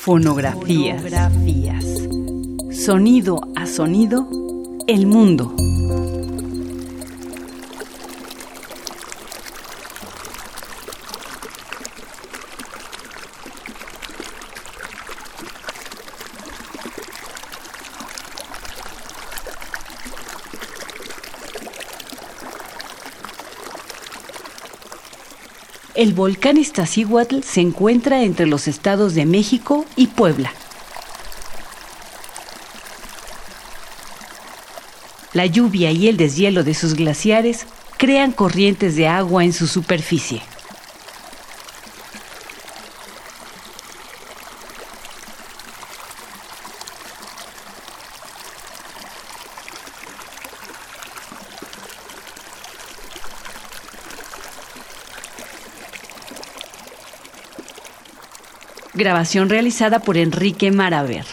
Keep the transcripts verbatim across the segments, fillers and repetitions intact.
Fonografías. Fonografías. Sonido a sonido, el mundo. El volcán Iztaccíhuatl se encuentra entre los estados de México y Puebla. La lluvia y el deshielo de sus glaciares crean corrientes de agua en su superficie. Grabación realizada por Enrique Maraver.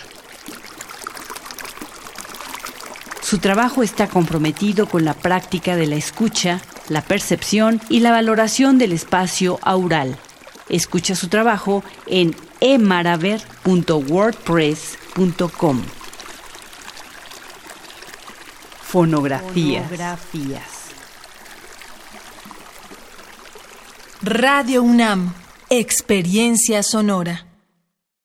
Su trabajo está comprometido con la práctica de la escucha, la percepción y la valoración del espacio aural. Escucha su trabajo en e maraver punto wordpress punto com. Fonografías. Fonografías. Radio UNAM, experiencia sonora.